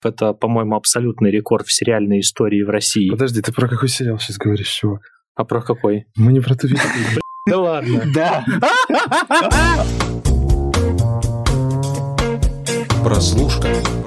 Это, по-моему, абсолютный рекорд в сериальной истории в России. Подожди, ты про какой сериал сейчас говоришь, чувак? А про какой? Мы не про ту видео. Да ладно. Да. Прослушка.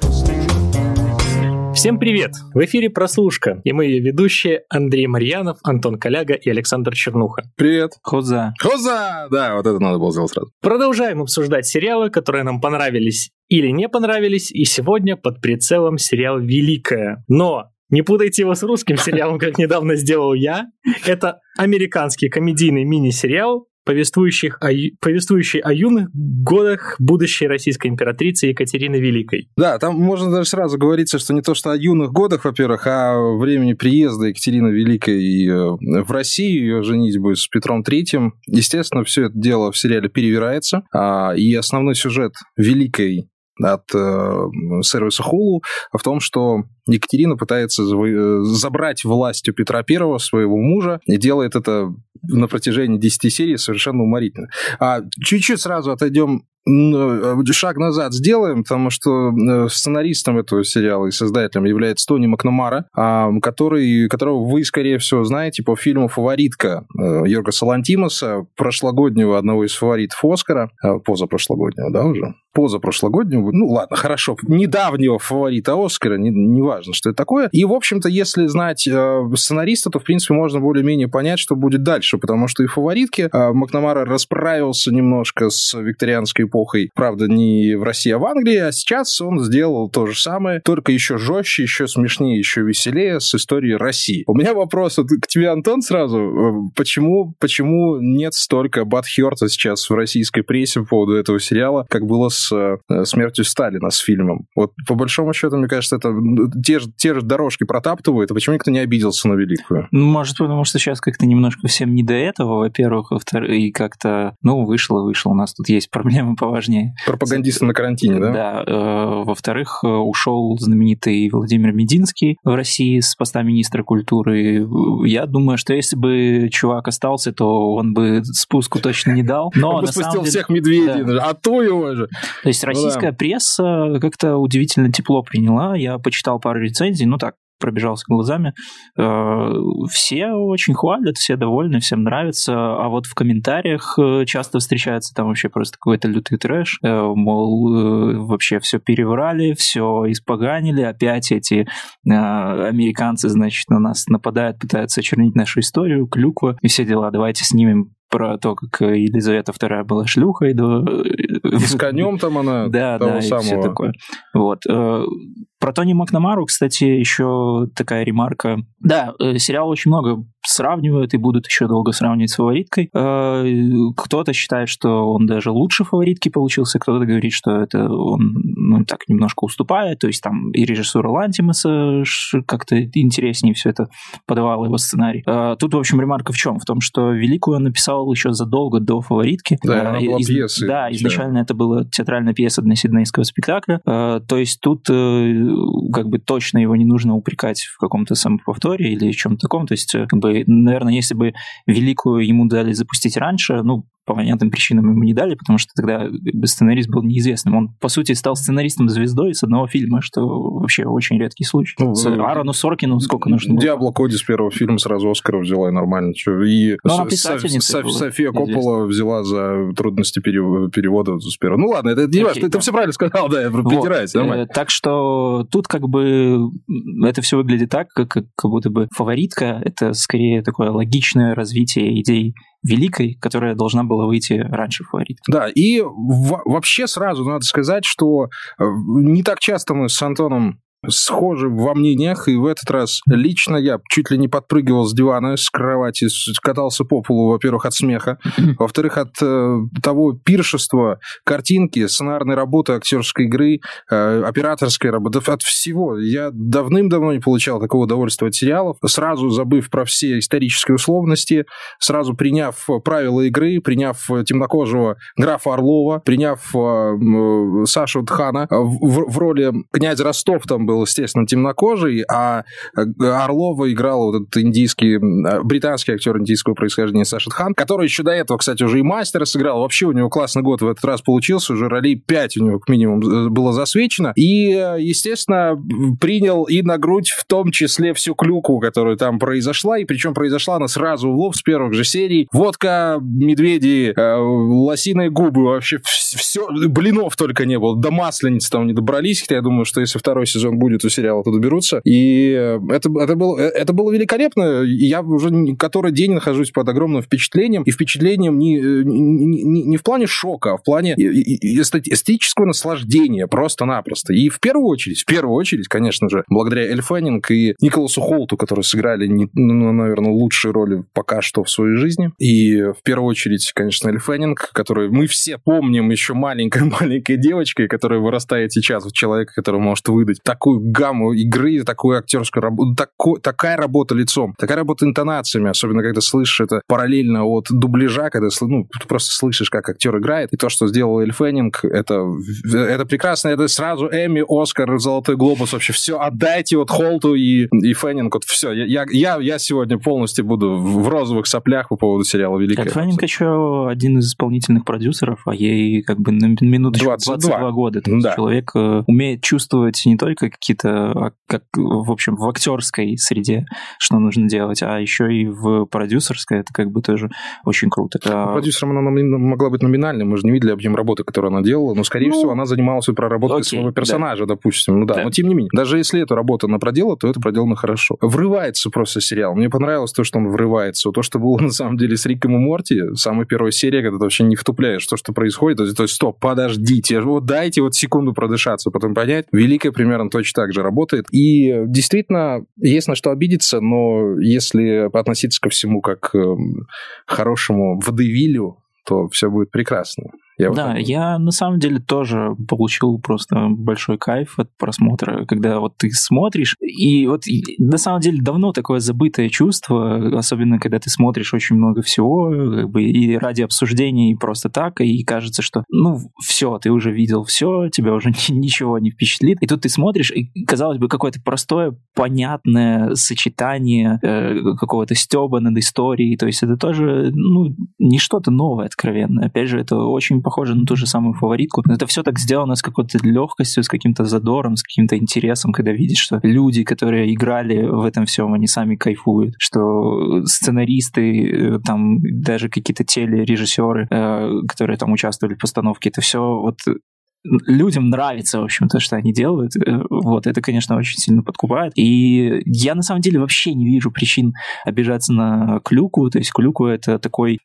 Всем привет! В эфире «Прослушка», и мы ее ведущие Андрей Марьянов, Антон Коляга и Александр Чернуха. Привет. Хоза. Хоза! Да, вот это надо было сделать сразу. Продолжаем обсуждать сериалы, которые нам понравились или не понравились, и сегодня под прицелом сериал «Великая». Но не путайте его с русским сериалом, как недавно сделал я. Это американский комедийный мини-сериал, повествующий о юных годах будущей российской императрицы Екатерины Великой. Да, там можно даже сразу говориться, что не то что о юных годах, во-первых, а о времени приезда Екатерины Великой в Россию, ее женитьбы с Петром III. Естественно, все это дело в сериале перевирается, и основной сюжет Великой от сервиса Hulu в том, что Екатерина пытается забрать власть у Петра I, своего мужа, и делает это на протяжении 10 серий совершенно уморительно. Чуть-чуть сразу отойдем, шаг назад сделаем, потому что сценаристом этого сериала и создателем является Тони Макнамара, которого вы, скорее всего, знаете по фильму «Фаворитка» Йоргоса Лантимоса, прошлогоднего одного из фаворитов Оскара, позапрошлогоднего, да, уже? Позапрошлогоднего, ну ладно, хорошо, недавнего фаворита Оскара, неважно, что это такое. И, в общем-то, если знать сценариста, то, в принципе, можно более-менее понять, что будет дальше, потому что и в «Фаворитке» Макнамара расправился немножко с викторианской эпохой, правда, не в России, а в Англии, а сейчас он сделал то же самое, только еще жестче, еще смешнее, еще веселее с историей России. У меня вопрос к тебе, Антон, сразу. Почему нет столько бадхёрта сейчас в российской прессе по поводу этого сериала, как было с смертью Сталина, с фильмом? Вот, по большому счету, мне кажется, это те же дорожки протаптывают, а почему никто не обиделся на Великую? Может, потому что сейчас как-то немножко всем не до этого, во-первых, во-вторых, и как-то, вышло, у нас тут есть проблемы поважнее. Пропагандисты на карантине, да? Да. Во-вторых, ушел знаменитый Владимир Мединский в России с поста министра культуры. Я думаю, что если бы чувак остался, то он бы спуску точно не дал. Но он бы спустил всех медведей, да. А то его же. То есть российская пресса как-то удивительно тепло приняла. Я почитал пару рецензий, пробежался глазами. Все очень хвалят, все довольны, всем нравится. А вот в комментариях часто встречается там вообще просто какой-то лютый трэш. Мол, вообще все переврали, все испоганили. Опять эти американцы, значит, на нас нападают, пытаются очернить нашу историю, клюква и все дела. Давайте снимем про то, как Елизавета II была шлюхой. И с конем там она того самого. И все такое. Вот. Про Тони Макнамару, кстати, еще такая ремарка. Да, сериал очень много сравнивают и будут еще долго сравнивать с «Фавориткой». Кто-то считает, что он даже лучше «Фаворитки» получился, кто-то говорит, что это он так немножко уступает, то есть там и режиссура Лантимоса как-то интереснее все это подавал его сценарий. Тут, в общем, ремарка в чем? В том, что «Великую» он написал еще задолго до «Фаворитки». Да, она была пьесой. Да, изначально это была театральная пьеса для сиднейского спектакля. То есть тут как бы точно его не нужно упрекать в каком-то самоповторе или чем-то таком. То есть, как бы, наверное, если бы «Великую» ему дали запустить раньше, по понятным причинам ему не дали, потому что тогда сценарист был неизвестным. Он, по сути, стал сценаристом-звездой с одного фильма, что вообще очень редкий случай. Аарону Соркину сколько нужно было? «Диабло Коди» с первого фильма сразу Оскара взяла, и нормально. И София Коппола взяла за трудности перевода с первого. Ладно, это не важно, ты все правильно сказал, да, я придираюсь, нормально. Так что тут как бы это все выглядит так, как будто бы «Фаворитка» — это скорее такое логичное развитие идей Великой, которая должна была выйти раньше «Фаворитки». Да, и вообще сразу надо сказать, что не так часто мы с Антоном схожи во мнениях, и в этот раз лично я чуть ли не подпрыгивал с дивана, с кровати, катался по полу, во-первых, от смеха, во-вторых, от того пиршества, картинки, сценарной работы, актерской игры, операторской работы, от всего. Я давным-давно не получал такого удовольствия от сериалов, сразу забыв про все исторические условности, сразу приняв правила игры, приняв темнокожего графа Орлова, приняв Сашу Тхана в роли князя Ростов там был, был, естественно, темнокожий, а Орлова играла вот этот британский актер индийского происхождения Сашид Хан, который еще до этого, кстати, уже и Мастера сыграл. Вообще у него классный год в этот раз получился, уже ролей 5 у него как минимум было засвечено. И, естественно, принял и на грудь в том числе всю клюку, которая там произошла, и причем произошла она сразу в лоб с первых же серий. Водка, медведи, лосиные губы, вообще все, блинов только не было, до масленицы там не добрались, хотя я думаю, что если второй сезон будет у сериала, то доберутся. И это было великолепно. Я уже который день нахожусь под огромным впечатлением, и впечатлением не в плане шока, а в плане эстетического наслаждения, просто-напросто. И в первую очередь, конечно же, благодаря Эль Феннинг и Николасу Холту, которые сыграли, наверное, лучшие роли пока что в своей жизни. И в первую очередь, конечно, Эль Феннинг, который мы все помним еще маленькой девочкой, которая вырастает сейчас в человека, который может выдать такую гамму игры, такую актерскую работу, такая работа лицом, такая работа интонациями, особенно когда слышишь это параллельно от дубляжа, когда ты просто слышишь, как актер играет. И то, что сделал Эль Феннинг, это прекрасно. Это сразу Эмми, Оскар, Золотой глобус, вообще все отдайте вот Холту и Феннинг. Вот все. Я сегодня полностью буду в розовых соплях по поводу сериала «Великая». Эль Феннинг еще один из исполнительных продюсеров, а ей как бы на минуточку 22 года. Да. Человек умеет чувствовать не только какие-то, в общем, в актерской среде, что нужно делать, а еще и в продюсерской. Это как бы тоже очень круто. Продюсером она могла быть номинальной, мы же не видели объем работы, которую она делала, но, скорее всего, она занималась проработкой своего персонажа, допустим. Да. Но тем не менее, даже если эту работу она проделала, то это проделано хорошо. Врывается просто сериал. Мне понравилось то, что он врывается. То, что было на самом деле с Риком и Морти, самая первая серия, когда ты вообще не втупляешь то, что происходит. То есть, стоп, подождите, вот дайте вот секунду продышаться, потом понять. Великая примерно точно так же работает. И действительно, есть на что обидеться, но если относиться ко всему как к хорошему водевилю, то все будет прекрасно. Я на самом деле тоже получил просто большой кайф от просмотра, когда вот ты смотришь, и вот на самом деле давно такое забытое чувство, особенно когда ты смотришь очень много всего, как бы и ради обсуждения, и просто так, и кажется, что все, ты уже видел все, тебя уже ничего не впечатлит, и тут ты смотришь, и, казалось бы, какое-то простое, понятное сочетание какого-то стёба над историей, то есть это тоже, не что-то новое откровенно, опять же, это очень похоже на ту же самую «Фаворитку». Но это все так сделано с какой-то легкостью, с каким-то задором, с каким-то интересом, когда видишь, что люди, которые играли в этом всем, они сами кайфуют, что сценаристы, там даже какие-то телережиссеры, которые там участвовали в постановке, это все вот людям нравится, в общем, то, что они делают. Вот, это, конечно, очень сильно подкупает. И я, на самом деле, вообще не вижу причин обижаться на клюку. То есть клюку — это такая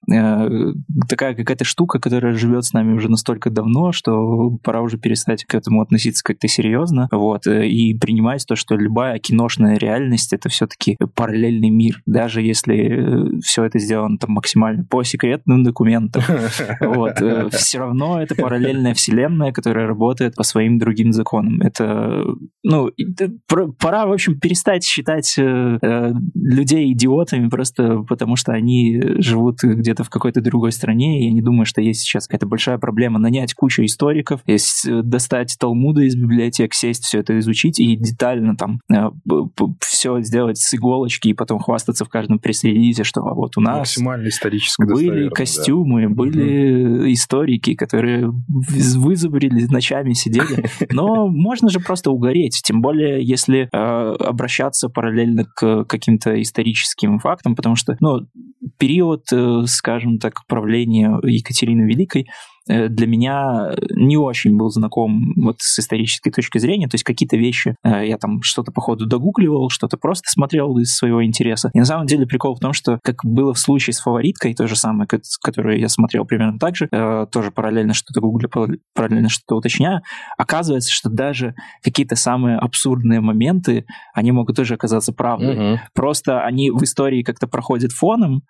какая-то штука, которая живет с нами уже настолько давно, что пора уже перестать к этому относиться как-то серьезно. Вот, и принимать то, что любая киношная реальность — это все-таки параллельный мир. Даже если все это сделано там максимально по секретным документам. Вот, все равно это параллельная вселенная, которая работает по своим другим законам. Это, пора, в общем, перестать считать людей идиотами просто потому, что они живут где-то в какой-то другой стране. Я не думаю, что есть сейчас какая-то большая проблема нанять кучу историков, достать Талмуды из библиотек, сесть, все это изучить и детально там все сделать с иголочки и потом хвастаться в каждом пресс-релизе, что вот у нас максимально исторически были костюмы, были историки, которые вызубрили, ночами сидели. Но можно же просто угореть, тем более, если обращаться параллельно к каким-то историческим фактам, потому что, период, скажем так, правления Екатерины Великой для меня не очень был знаком вот с исторической точки зрения, то есть какие-то вещи я там что-то по ходу догугливал, что-то просто смотрел из своего интереса. И на самом деле прикол в том, что, как было в случае с «Фавориткой», то же самое, которую я смотрел примерно так же, тоже параллельно что-то гуглю, параллельно что-то уточняю, оказывается, что даже какие-то самые абсурдные моменты, они могут тоже оказаться правдой. Просто они в истории как-то проходят фоном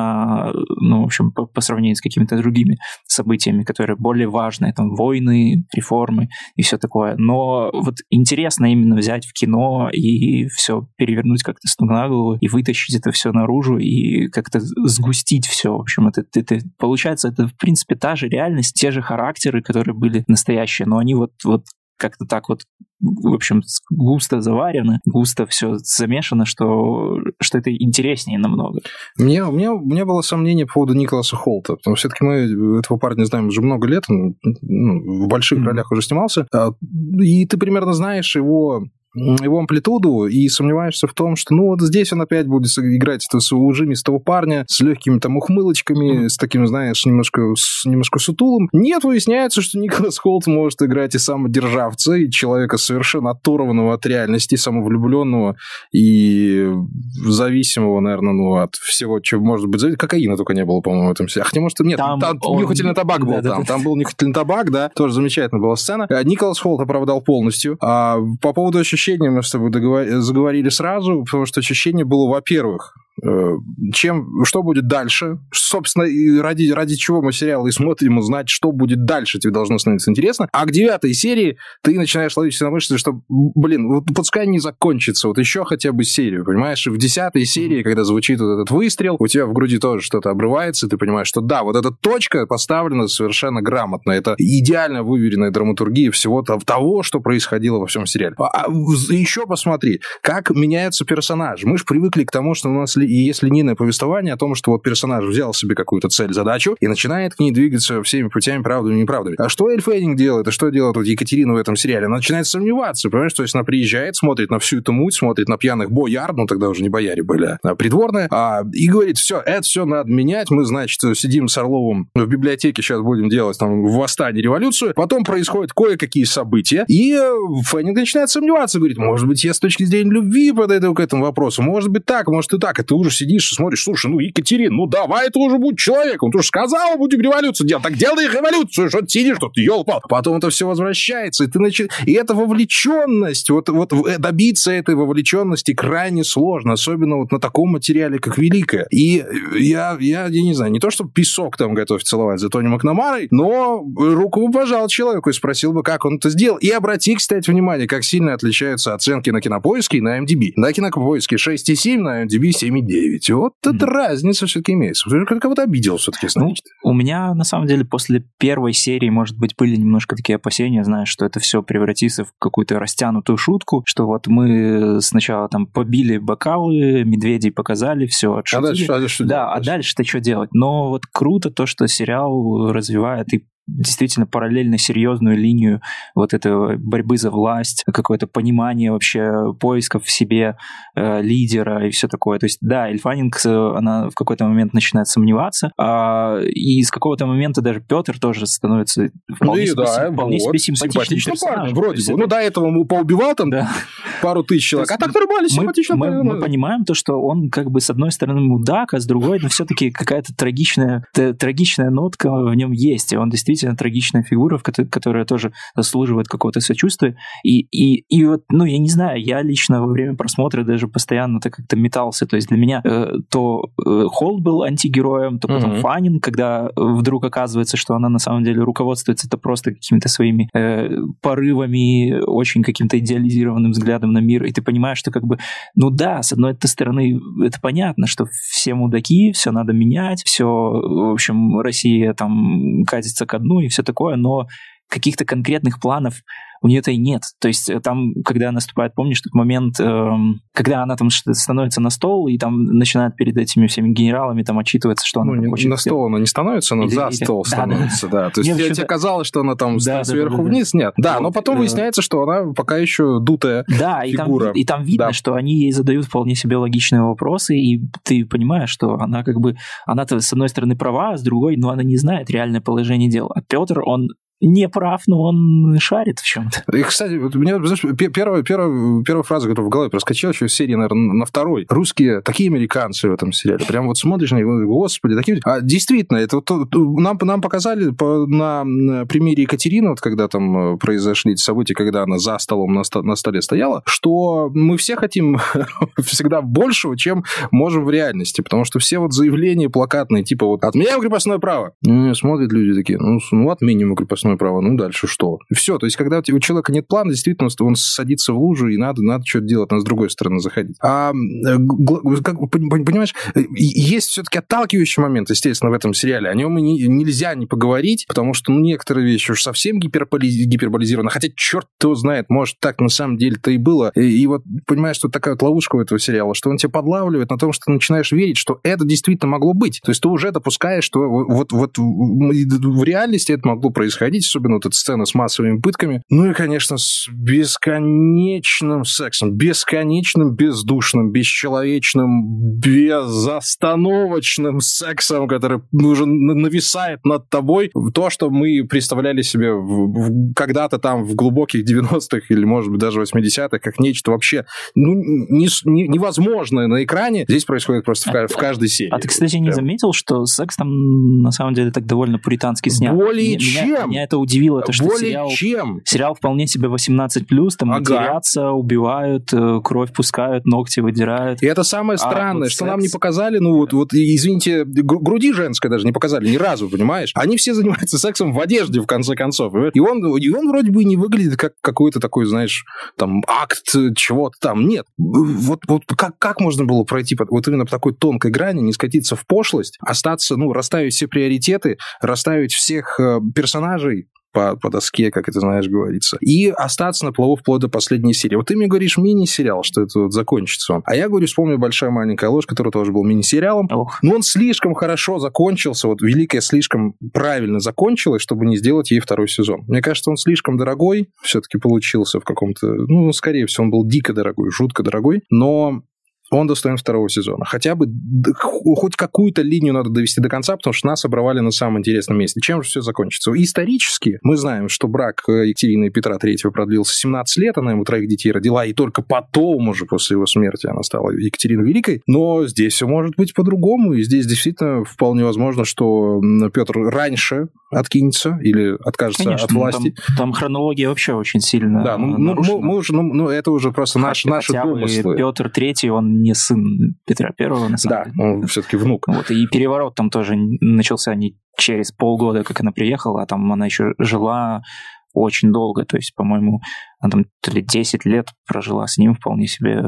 в общем, по сравнению с какими-то другими событиями, которые более важные, там, войны, реформы и все такое. Но вот интересно именно взять в кино и все перевернуть как-то с ног на голову и вытащить это все наружу и как-то сгустить все. В общем, это получается, это, в принципе, та же реальность, те же характеры, которые были настоящие, но они вот как-то так вот, в общем, густо заварено, густо все замешано, что это интереснее намного. У меня было сомнение по поводу Николаса Холта, потому что все-таки мы этого парня знаем уже много лет, он в больших ролях уже снимался, и ты примерно знаешь его амплитуду и сомневаешься в том, что вот здесь он опять будет играть этого ужимистого парня с легкими там ухмылочками, с таким, знаешь, немножко сутулым. Нет, выясняется, что Николас Холт может играть и самодержавца, и человека совершенно оторванного от реальности, самовлюбленного и зависимого, наверное, от всего, чего может быть зависимым. Кокаина только не было, по-моему, в этом сериале. Хотя, может, нет, там нюхательный табак был. Там был нюхательный табак, да, тоже замечательная была сцена. Николас Холт оправдал полностью. А по поводу ощущения мы с тобой заговорили сразу, потому что ощущение было, во-первых, что будет дальше. Собственно, и ради чего мы сериалы и смотрим, узнать, что будет дальше, тебе должно становиться интересно. А к 9 серии ты начинаешь ловить себя на мысли, что, пускай не закончится, еще хотя бы серию, понимаешь? И в 10 серии, когда звучит вот этот выстрел, у тебя в груди тоже что-то обрывается, и ты понимаешь, что да, вот эта точка поставлена совершенно грамотно. Это идеально выверенная драматургия всего того, что происходило во всем сериале. Еще посмотри, как меняются персонажи. Мы же привыкли к тому, что у нас есть линейное повествование о том, что вот персонаж взял себе какую-то цель, задачу и начинает к ней двигаться всеми путями, правдами и неправдами. А что Эль Феннинг делает, и что делает вот Екатерина в этом сериале? Она начинает сомневаться, понимаешь? То есть она приезжает, смотрит на всю эту муть, смотрит на пьяных бояр, тогда уже не бояре были, а придворные, и говорит, это все надо менять, мы, значит, сидим с Орловым в библиотеке, сейчас будем делать там восстание, революцию, потом происходят кое-какие события, и Феннинг начинает сомневаться, говорит, может быть, я с точки зрения любви подойду к этому вопросу, может быть так, может и так, и ты уже сидишь и смотришь, слушай, Екатерина, давай ты уже будь человеком, ты уже сказала, будем революцию делать, так делай революцию, что ты сидишь тут, ёлпал. Потом это все возвращается, и эта вовлеченность, вот добиться этой вовлеченности крайне сложно, особенно вот на таком материале, как «Великая». И я не знаю, не то, чтобы песок там готов целовать за Тони Макнамарой, но руку бы пожал человеку и спросил бы, как он это сделал. И обрати, кстати, внимание, как сильно отличаются оценки на Кинопоиске и на MDB. На Кинопоиске 6,7, на MDB 7,9. Вот эта разница все-таки имеется. Кого-то обидел все-таки, значит. У меня, на самом деле, после первой серии, может быть, были немножко такие опасения, знаешь, что это все превратится в какую-то растянутую шутку, что вот мы сначала там побили бокалы, медведей показали, все отшутили. А дальше-то что делать? Но вот круто то, что сериал развивает и действительно параллельно серьезную линию вот этой борьбы за власть, какое-то понимание вообще поисков в себе лидера и все такое. То есть, да, Эль Феннинг, она в какой-то момент начинает сомневаться, и с какого-то момента даже Петр тоже становится вполне себе симпатичным персонажем. Вроде бы. До этого мы поубивал там пару тысяч человек, а так нормально, симпатично. Мы понимаем то, что он как бы с одной стороны мудак, а с другой, но все-таки какая-то трагичная нотка в нем есть, и он действительно трагичная фигура, которая тоже заслуживает какого-то сочувствия. И вот, я не знаю, я лично во время просмотра даже постоянно так как-то метался. То есть для меня то Холт был антигероем, то потом Феннинг, когда вдруг оказывается, что она на самом деле руководствуется это просто какими-то своими порывами, очень каким-то идеализированным взглядом на мир. И ты понимаешь, что как бы, с одной стороны, это понятно, что все мудаки, все надо менять, все, в общем, Россия там катится ко дну и все такое, но каких-то конкретных планов у нее-то и нет. То есть там, когда наступает, помнишь, тот момент, когда она там становится на стол и там начинает перед этими всеми генералами там отчитываться, что она хочет на стол она не становится, она за стол становится, да. То есть тебе казалось, что она там сверху вниз, нет. Да, но потом выясняется, что она пока еще дутая фигура. И там видно, что они ей задают вполне себе логичные вопросы, и ты понимаешь, что она как бы, она-то с одной стороны права, а с другой, но она не знает реальное положение дел. А Петр, он не прав, но он шарит в чем-то. И, кстати, вот у меня, знаешь, первая фраза, которая в голове проскочила еще в серии, наверное, на второй. Русские такие американцы в этом сериале. Прям вот смотришь на них, господи, такие... Действительно, это вот нам показали на примере Екатерины, вот когда там произошли эти события, когда она за столом на столе стояла, что мы все хотим всегда большего, чем можем в реальности, потому что все вот заявления плакатные, типа вот «отменяем крепостное право». Смотрят люди такие, отменим крепостное имею право, ну дальше что? Все, то есть когда у человека нет плана, действительно, он садится в лужу, и надо что-то делать, надо с другой стороны заходить. Понимаешь, есть все-таки отталкивающий момент, естественно, в этом сериале. О нем нельзя не поговорить, потому что некоторые вещи уж совсем гиперболизированы, хотя черт его знает, может, так на самом деле-то и было. И вот понимаешь, что такая вот ловушка у этого сериала, что он тебя подлавливает на том, что ты начинаешь верить, что это действительно могло быть. То есть ты уже допускаешь, что вот в реальности это могло происходить, особенно вот эта сцена с массовыми пытками. Ну и, конечно, с бесконечным сексом, бесконечным, бездушным, бесчеловечным, безостановочным сексом, который уже нависает над тобой. То, что мы представляли себе когда-то там в глубоких 90-х или, может быть, даже 80-х, как нечто вообще невозможное на экране, здесь происходит просто в каждой серии. А ты, кстати, не заметил, что секс там на самом деле так довольно пуритански снят? Более чем! Меня это удивило, то, что сериал вполне себе 18+, там матерятся, убивают, кровь пускают, ногти выдирают. И это самое странное, что нам не показали, извините, груди женской даже не показали ни разу, понимаешь? Они все занимаются сексом в одежде, в конце концов. И он вроде бы не выглядит как какой-то такой, знаешь, там, акт чего-то там. Нет. Вот как можно было пройти вот именно по такой тонкой грани, не скатиться в пошлость, остаться, расставить все приоритеты, расставить всех персонажей по доске, как это, знаешь, говорится, и остаться на плаву вплоть до последней серии. Вот ты мне говоришь мини-сериал, что это вот закончится он. А я говорю, вспомню «Большая маленькая ложь», который тоже был мини-сериалом. Но он слишком хорошо закончился, вот «Великая» слишком правильно закончилась, чтобы не сделать ей второй сезон. Мне кажется, он слишком дорогой все-таки получился в каком-то... скорее всего, он был дико дорогой, жутко дорогой, но... он достоин второго сезона. Хотя бы хоть какую-то линию надо довести до конца, потому что нас оборвали на самом интересном месте. Чем же все закончится? Исторически мы знаем, что брак Екатерины и Петра III продлился 17 лет, она ему 3 детей родила, и только потом уже после его смерти она стала Екатериной Великой. Но здесь все может быть по-другому, и здесь действительно вполне возможно, что Петр раньше откинется или откажется, конечно, от власти. Там хронология вообще очень сильно нарушена. Это уже просто наши домыслы. Петр III, он не сын Петра I, на самом деле. Да, он все-таки внук. И переворот там тоже начался не через полгода, как она приехала, а там она еще жила очень долго, то есть, по-моему, она там то ли 10 лет прожила с ним вполне себе,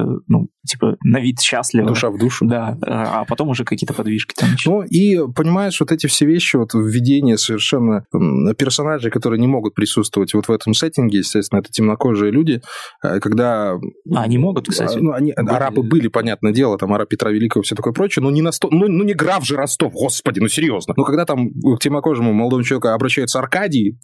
на вид счастлива. Душа в душу. Да, а потом уже какие-то подвижки там еще. И, понимаешь, вот эти все вещи, вот введение совершенно персонажей, которые не могут присутствовать вот в этом сеттинге, естественно, это темнокожие люди, когда... Они могут, кстати. Арабы были, понятное дело, там араб Петра Великого и все такое прочее, но не не граф же Ростов, господи, серьезно. Но когда там к темнокожему молодому человеку обращается Аркадий,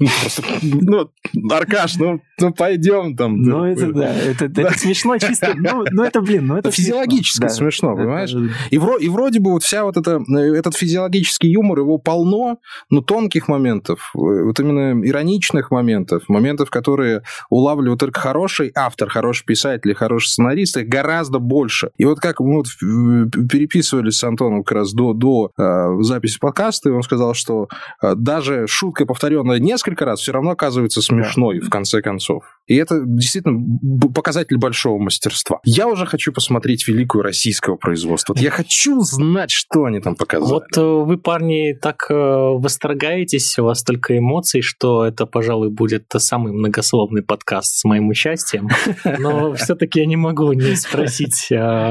Аркаш, пойдем там. Это смешно чисто, это физиологически смешно, понимаешь? И вроде бы вот вся вот этот физиологический юмор, его полно, но тонких моментов, вот именно ироничных моментов, которые улавливают только хороший автор, хороший писатель, хороший сценарист, их гораздо больше. И вот как мы переписывались с Антоном как раз до записи подкаста, и он сказал, что даже шутка, повторенная несколько раз, все равно оказывается смешной в конце концов. И это действительно показатель большого мастерства. Я уже хочу посмотреть «Великую» российского производства. Я хочу знать, что они там показали. Вот вы, парни, так восторгаетесь, у вас столько эмоций, что это, пожалуй, будет самый многословный подкаст с моим участием. Но все-таки я не могу не спросить.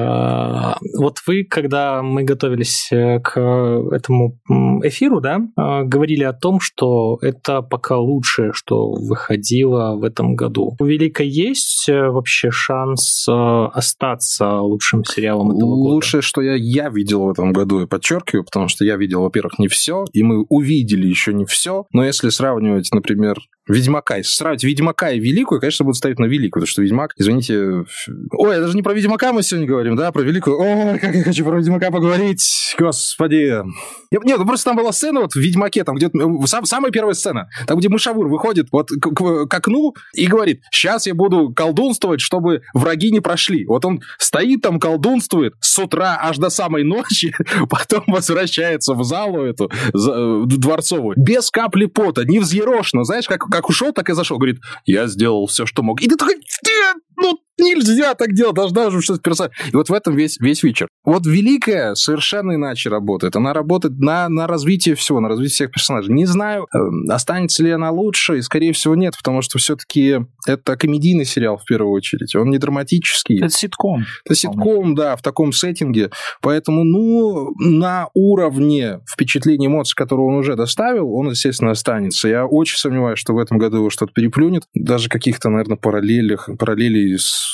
Вот вы, когда мы готовились к этому эфиру, да, говорили о том, что это пока лучшее, что выходило в этом году. У «Великой» есть вообще шанс остаться лучшим сериалом этого года? Лучшее, что я видел в этом году, я подчеркиваю, потому что я видел, во-первых, не все, и мы увидели еще не все, но если сравнивать, например, сравнивать «Ведьмака» и «Великую», конечно, буду ставить на «Великую», потому что «Ведьмак», извините... Ой, даже не про «Ведьмака» мы сегодня говорим, да, про «Великую». Ой, как я хочу про «Ведьмака» поговорить, господи. Нет, просто там была сцена вот в «Ведьмаке», там где-то... Самая первая сцена, там, где Мышавур выходит вот к окну и говорит: сейчас я буду колдунствовать, чтобы враги не прошли. Вот он стоит там, колдунствует с утра аж до самой ночи, потом возвращается в залу эту дворцовую, без капли пота, не взъерошенно, знаешь, как ушел, так и зашел. Говорит: я сделал все, что мог. И ты такой: нельзя так делать, должна же что-то персонаж. И вот в этом весь вечер. Вот Великая совершенно иначе работает. Она работает на развитие всего, на развитие всех персонажей. Не знаю, останется ли она лучше, и, скорее всего, нет, потому что все-таки это комедийный сериал в первую очередь. Он не драматический. Это ситком. Это ситком, да, в таком сеттинге. Поэтому, на уровне впечатлений, эмоций, которые он уже доставил, он, естественно, останется. Я очень сомневаюсь, что в этом году его что-то переплюнет. Даже каких-то, наверное, параллелей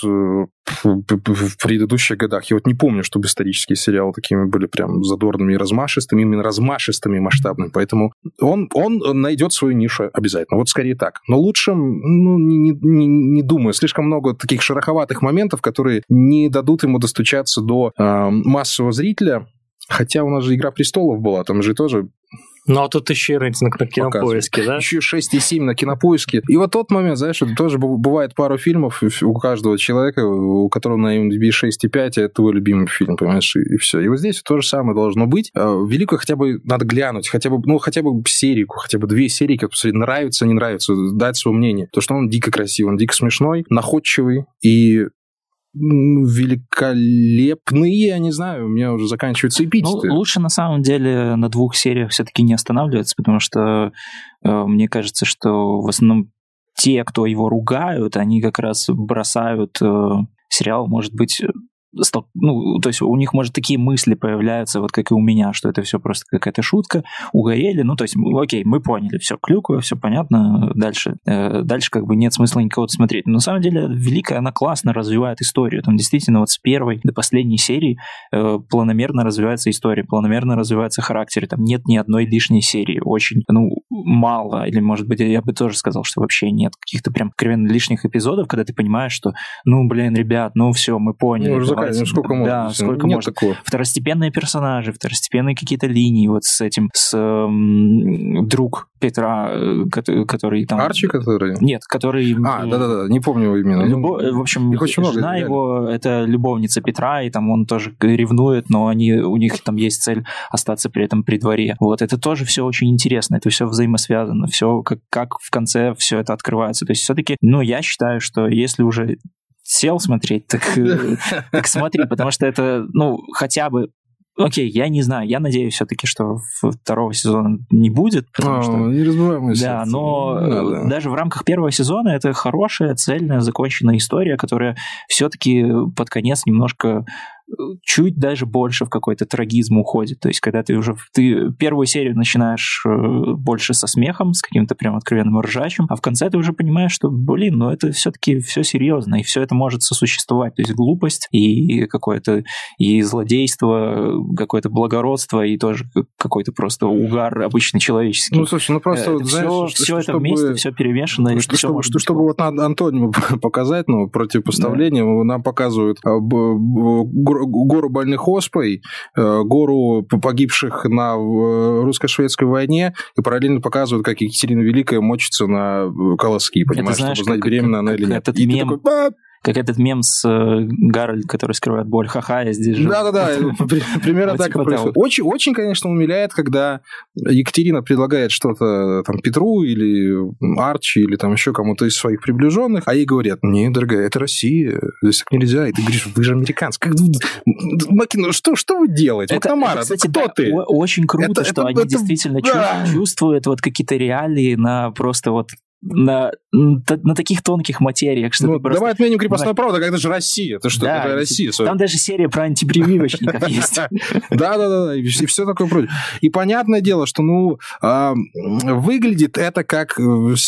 в предыдущих годах. Я вот не помню, чтобы исторические сериалы такими были прям задорными и размашистыми, именно размашистыми и масштабными. Поэтому он найдет свою нишу обязательно. Вот скорее так. Но лучше, не думаю. Слишком много таких шероховатых моментов, которые не дадут ему достучаться до массового зрителя. Хотя у нас же «Игра престолов» была, там же тоже... Ну, а тут еще и рейтинг на Кинопоиске, да? Еще 6,7 на Кинопоиске. И вот тот момент, знаешь, это тоже бывает пару фильмов у каждого человека, у которого на IMDb 6,5, а это твой любимый фильм, понимаешь, и все. И вот здесь то же самое должно быть. Великую хотя бы надо глянуть, хотя бы серийку, хотя бы 2 серии, посмотреть, нравится, не нравится, дать свое мнение. Потому что он дико красивый, он дико смешной, находчивый и... великолепные, я не знаю, у меня уже заканчиваются эпитеты. Лучше на самом деле на 2 сериях все-таки не останавливаться, потому что мне кажется, что в основном те, кто его ругают, они как раз бросают сериал, может быть... то есть у них, может, такие мысли появляются, вот как и у меня, что это все просто какая-то шутка, угорели, то есть, окей, мы поняли, все, клюква, все понятно, дальше как бы нет смысла никого смотреть. Но на самом деле Великая, она классно развивает историю, там действительно вот с первой до последней серии планомерно развивается история, планомерно развивается характер, там нет ни одной лишней серии, очень, мало, или, может быть, я бы тоже сказал, что вообще нет каких-то прям откровенно лишних эпизодов, когда ты понимаешь, что, ребят, все, мы поняли, сколько можно. Да, сколько можно. Такого. Второстепенные персонажи, второстепенные какие-то линии вот с этим, друг Петра, который там... Арчи, который? Нет, который... Да-да-да, не помню его именно. В общем, жена его, это любовница Петра, и там он тоже ревнует, но у них там есть цель остаться при этом при дворе. Вот, это тоже все очень интересно, это все взаимосвязано, все как в конце все это открывается. То есть все-таки, я считаю, что если уже сел смотреть, так смотри, потому что это, хотя бы... Окей, я не знаю, я надеюсь все-таки, что 2-го сезона не будет, потому что... Неразбываемый да, но даже в рамках 1-го сезона это хорошая, цельная, законченная история, которая все-таки под конец немножко чуть даже больше в какой-то трагизм уходит. То есть, когда ты первую серию начинаешь больше со смехом, с каким-то прям откровенным ржачем, а в конце ты уже понимаешь, что, это все-таки все серьезно, и все это может сосуществовать. То есть, глупость и какое-то и злодейство, какое-то благородство, и тоже какой-то просто угар обычный человеческий. Слушай, просто, знаешь, все это вместе, все перемешано. Чтобы вот антоним показать, противопоставление, нам показывают гору больных оспой, гору погибших на русско-шведской войне, и параллельно показывают, как Екатерина Великая мочится на колоски, понимаешь, чтобы знать, беременна она или нет. И ты такой... Как этот мем с Гарольд, который скрывает боль. Ха-ха, я здесь живу. Да-да-да, примерно так и происходит. Очень, очень, конечно, умиляет, когда Екатерина предлагает что-то там Петру или Арчи или там еще кому-то из своих приближенных, а ей говорят: не, дорогая, это Россия, здесь так нельзя. И ты говоришь: вы же американцы. Макина, что вы делаете? Макнамара, кто ты? Очень круто, что они действительно чувствуют вот какие-то реалии на просто вот на таких тонких материях. Что давай отменим крепостное право, так это же Россия. Это что, это Россия. Там даже серия про антипрививочников есть. Да, и все такое прочее. И понятное дело, что, выглядит это как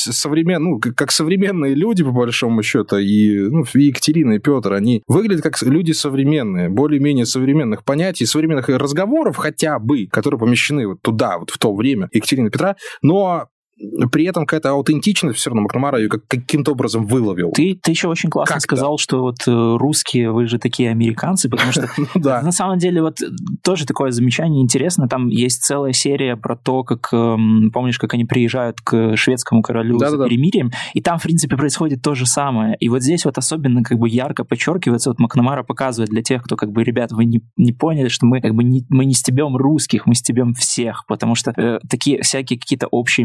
современные люди, по большому счету, и Екатерина, и Петр, они выглядят как люди современные, более-менее современных понятий, современных разговоров хотя бы, которые помещены вот туда, вот в то время Екатерины и Петра, но при этом какая-то аутентичность все равно Макнамара ее каким-то образом выловил. Ты еще очень классно сказал, что вот русские, вы же такие американцы, потому что на самом деле вот тоже такое замечание интересно. Там есть целая серия про то, как, помнишь, как они приезжают к шведскому королю за перемирием, и там, в принципе, происходит то же самое. И вот здесь вот особенно как бы ярко подчеркивается, вот Макнамара показывает для тех, кто как бы, ребят, вы не поняли, что мы как бы мы не стебем русских, мы стебем всех, потому что такие всякие какие-то общие места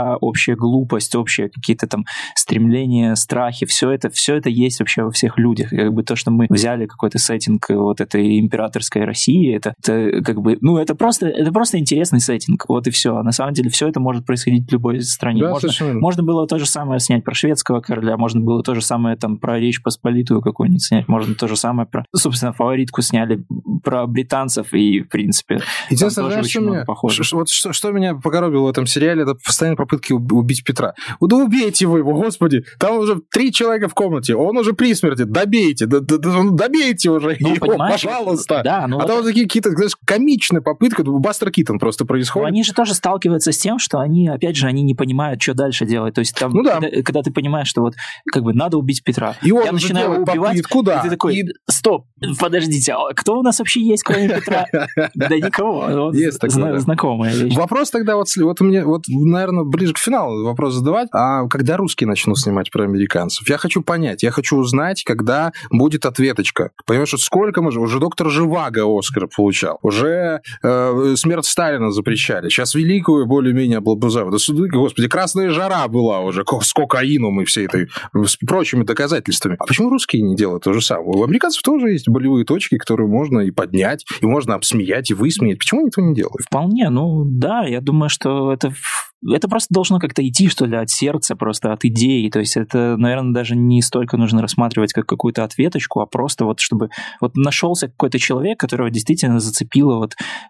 тоска, общая глупость, общие какие-то там стремления, страхи, все это есть вообще во всех людях. Как бы то, что мы взяли какой-то сеттинг вот этой императорской России, это как бы, ну, это просто интересный сеттинг, вот и все. На самом деле все это может происходить в любой стране. Да, можно было то же самое снять про шведского короля, можно было то же самое там про Речь Посполитую какую-нибудь снять, можно то же самое про, собственно, Фаворитку сняли, про британцев, и, в принципе, единственное, знаешь, что меня покоробило в этом сериале, это постоянные попытки убить Петра. Да убейте вы его, господи, там уже 3 человека в комнате, он уже при смерти, добейте уже его, пожалуйста. Да, а там вот такие какие-то, знаешь, комичные попытки, Бастер Китон просто происходит. Но они же тоже сталкиваются с тем, что они, опять же, они не понимают, что дальше делать. То есть там, когда ты пониманимаешь, что вот как бы надо убить Петра, и он я начинаю убивать, попытку, и ты такой, стоп, подождите, а кто у нас вообще есть, кроме Петра? Да никого, знакомая вещь. Вопрос тогда вот мне, наверное, ближе к финалу вопрос задавать, а когда русские начнут снимать про американцев? Я хочу понять, я хочу узнать, когда будет ответочка. Понимаешь, вот сколько уже доктор Живаго Оскар получал, уже смерть Сталина запрещали, сейчас великую более-менее облобызают. Да, господи, красная жара была уже с кокаином и всей этой, с прочими доказательствами. А почему русские не делают то же самое? У американцев тоже есть болевые точки, которые можно и поднять, и можно обсмеять, и высмеять. Почему они этого не делают? Вполне, да, я думаю, что это просто должно как-то идти, что ли, от сердца, просто от идеи. То есть это, наверное, даже не столько нужно рассматривать как какую-то ответочку, а просто вот чтобы вот нашелся какой-то человек, которого действительно зацепила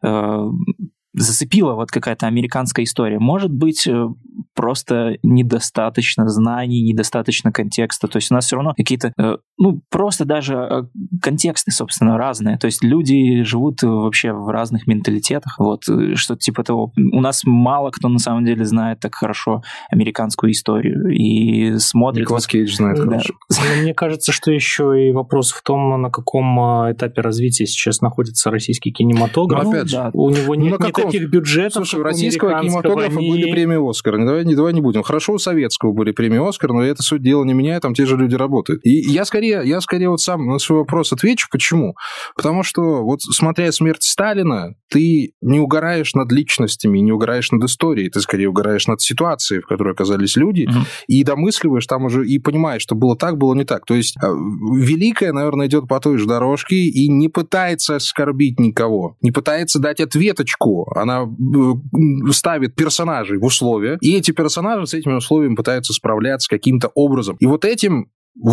какая-то американская история. Может быть, просто недостаточно знаний, недостаточно контекста. То есть у нас все равно какие-то, просто даже контексты, собственно, разные. То есть люди живут вообще в разных менталитетах. Вот, что-то типа того. У нас мало кто на самом деле знает так хорошо американскую историю и смотрит... Николас Кейдж знает хорошо. Мне кажется, что еще и вопрос в том, на каком этапе развития сейчас находится российский кинематограф. Опять же, у него нет таких бюджетов. Слушай, у российского кинематографа были премии «Оскар». Давай не будем. Хорошо, у советского были премии «Оскар», но это суть дела не меняет, там те же люди работают. И я скорее вот сам на свой вопрос отвечу. Почему? Потому что вот смотря «Смерть Сталина», ты не угораешь над личностями, не угораешь над историей, ты скорее угораешь над ситуацией, в которой оказались люди, и домысливаешь там уже, и понимаешь, что было так, было не так. То есть Великая, наверное, идет по той же дорожке и не пытается оскорбить никого, не пытается дать ответочку. Она ставит персонажей в условия, и эти персонажи с этими условиями пытаются справляться каким-то образом. И вот этим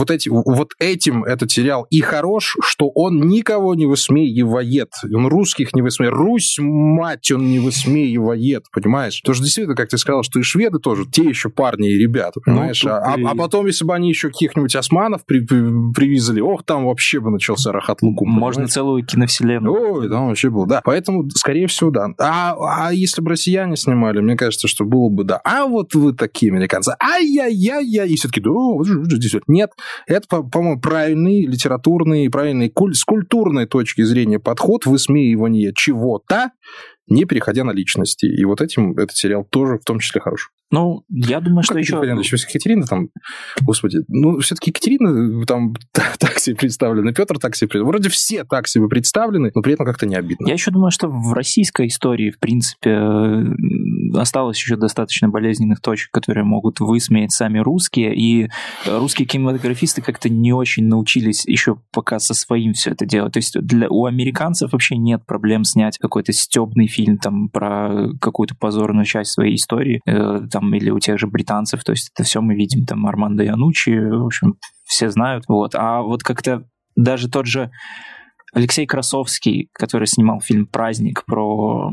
этот сериал и хорош, что он никого не высмеивает. Он русских не высмеивает. Русь, мать, он не высмеивает, понимаешь? Потому что действительно, как ты сказал, что и шведы тоже те еще парни и ребята, понимаешь? А потом, если бы они еще каких-нибудь османов привезли, там вообще бы начался рахат лукум. Можно целую киновселенную. Ой, там вообще было, да. Поэтому, скорее всего, да. А если бы россияне снимали, мне кажется, что было бы, да. А вот вы такие американцы. Ай-яй-яй-яй. И все-таки, здесь вот нет. Это, по-моему, правильный литературный, правильный с культурной точки зрения подход высмеивания чего-то, не переходя на личности. И вот этим этот сериал тоже в том числе хорош. Я думаю, что еще... Екатерина там... Господи, все-таки Екатерина там так себе представлена, Петр так себе представлен. Вроде все так себе представлены, но при этом как-то не обидно. Я еще думаю, что в российской истории, в принципе, осталось еще достаточно болезненных точек, которые могут высмеять сами русские, и русские кинематографисты как-то не очень научились еще пока со своим все это делать. То есть у американцев вообще нет проблем снять какой-то стебный фильм там про какую-то позорную часть своей истории, или у тех же британцев, то есть это все мы видим, там Армандо Ианнуччи, в общем, все знают, а вот как-то даже тот же Алексей Красовский, который снимал фильм «Праздник» про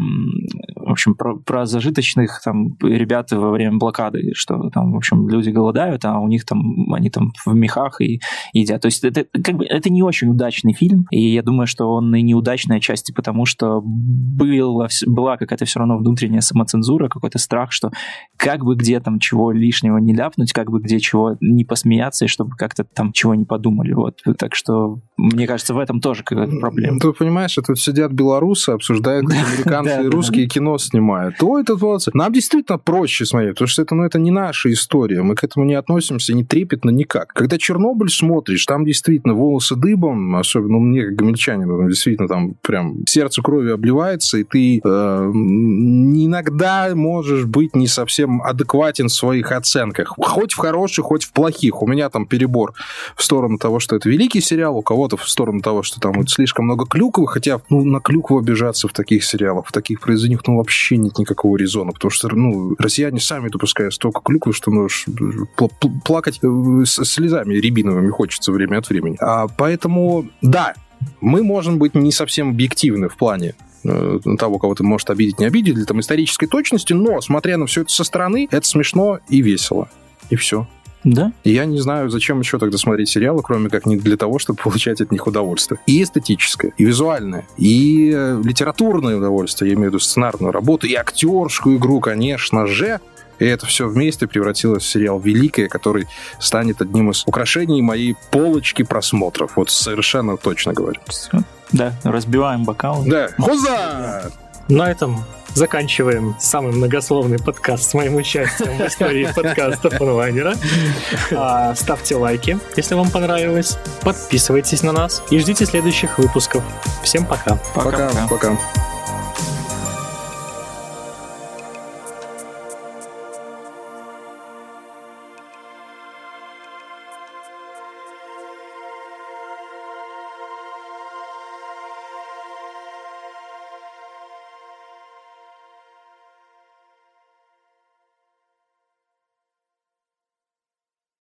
зажиточных там ребят во время блокады, что там, в общем, люди голодают, а у них там, они там в мехах и едят. То есть это это не очень удачный фильм, и я думаю, что он и неудачный отчасти потому, что была какая-то все равно внутренняя самоцензура, какой-то страх, что как бы где там чего лишнего не ляпнуть, как бы где чего не посмеяться, и чтобы как-то там чего не подумали. Вот. Так что, мне кажется, в этом тоже какая-то проблема. Ты понимаешь, тут сидят белорусы, обсуждают американцы и русские кино снимает, то этот молодцы. Нам действительно проще смотреть, потому что это не наша история, мы к этому не относимся ни трепетно, никак. Когда Чернобыль смотришь, там действительно волосы дыбом, особенно мне, как гомельчанину, действительно там прям сердце кровью обливается, и ты иногда можешь быть не совсем адекватен в своих оценках. Хоть в хороших, хоть в плохих. У меня там перебор в сторону того, что это великий сериал, у кого-то в сторону того, что там слишком много клюквы, хотя на клюкву обижаться в таких сериалах, в таких произведениях, вообще нет никакого резона, потому что, россияне сами допускают столько клюквы, что плакать слезами рябиновыми хочется время от времени. Поэтому, да, мы можем быть не совсем объективны в плане того, кого-то может обидеть, не обидеть, для там исторической точности, но, смотря на все это со стороны, это смешно и весело. И все. Да? И я не знаю, зачем еще тогда смотреть сериалы, кроме как не для того, чтобы получать от них удовольствие. И эстетическое, и визуальное, и литературное удовольствие, я имею в виду сценарную работу, и актерскую игру, конечно же. И это все вместе превратилось в сериал «Великая», который станет одним из украшений моей полочки просмотров. Вот совершенно точно говорю. Все. Да, разбиваем бокалы. Да. Хуза! На этом заканчиваем самый многословный подкаст с моим участием в истории подкаста Фанвайнера. Ставьте лайки, если вам понравилось. Подписывайтесь на нас и ждите следующих выпусков. Всем пока. Пока.